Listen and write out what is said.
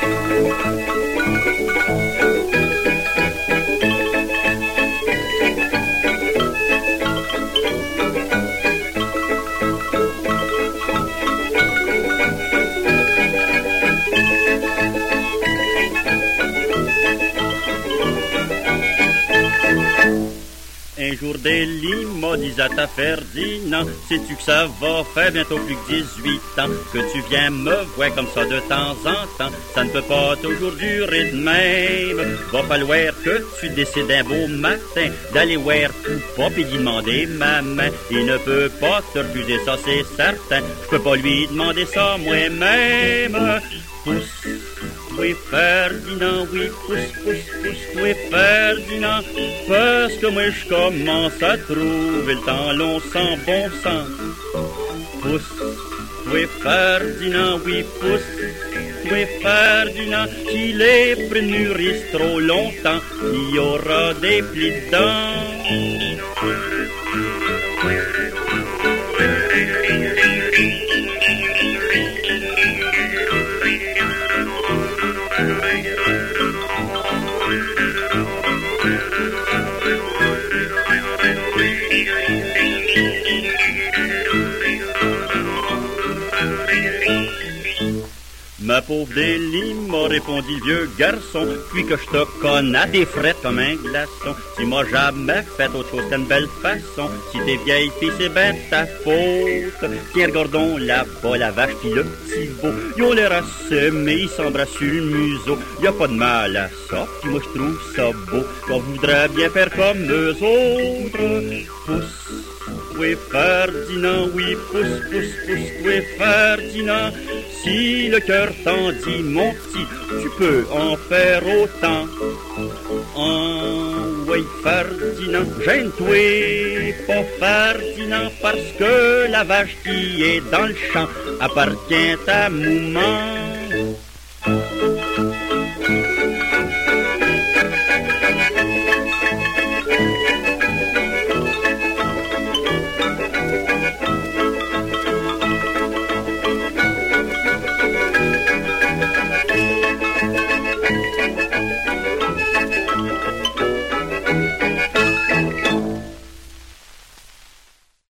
Un jour Délie m'a dit à ta Ferdinand, sais-tu que ça va faire bientôt plus que 18 ans que tu viens me voir comme ça de temps en temps, ça ne peut pas toujours durer de même. Va falloir que tu décides un beau matin d'aller voir Poupa pis d'y demander ma main. Il ne peut pas te refuser, ça c'est certain, je peux pas lui demander ça moi-même. Pousse, oui Ferdinand, oui, pousse, oui Ferdinand, parce que moi je commence à trouver le temps long sans bon sens. Pousse, oui Ferdinand, oui, pousse, oui Ferdinand, si les prévenus restent trop longtemps, il y aura des plis dedans. Ma pauvre Délie m'a répondu le vieux garçon, puis que je te connais des frettes comme un glaçon. Tu m'as jamais fait autre chose qu'une belle façon, si t'es vieille fille c'est ben ta faute. Tiens regardons là-bas la vache pis le petit veau, ils ont l'air assez mais ils s'embrassent sur le museau. Y a pas de mal à ça, pis moi je trouve ça beau, qu'on voudrait bien faire comme eux autres. Pousse, oui Ferdinand, oui pousse, oui Ferdinand, si le cœur t'en dit mon petit, tu peux en faire autant. Oui Ferdinand, gêne-toi pas Ferdinand, parce que la vache qui est dans le champ appartient à maman.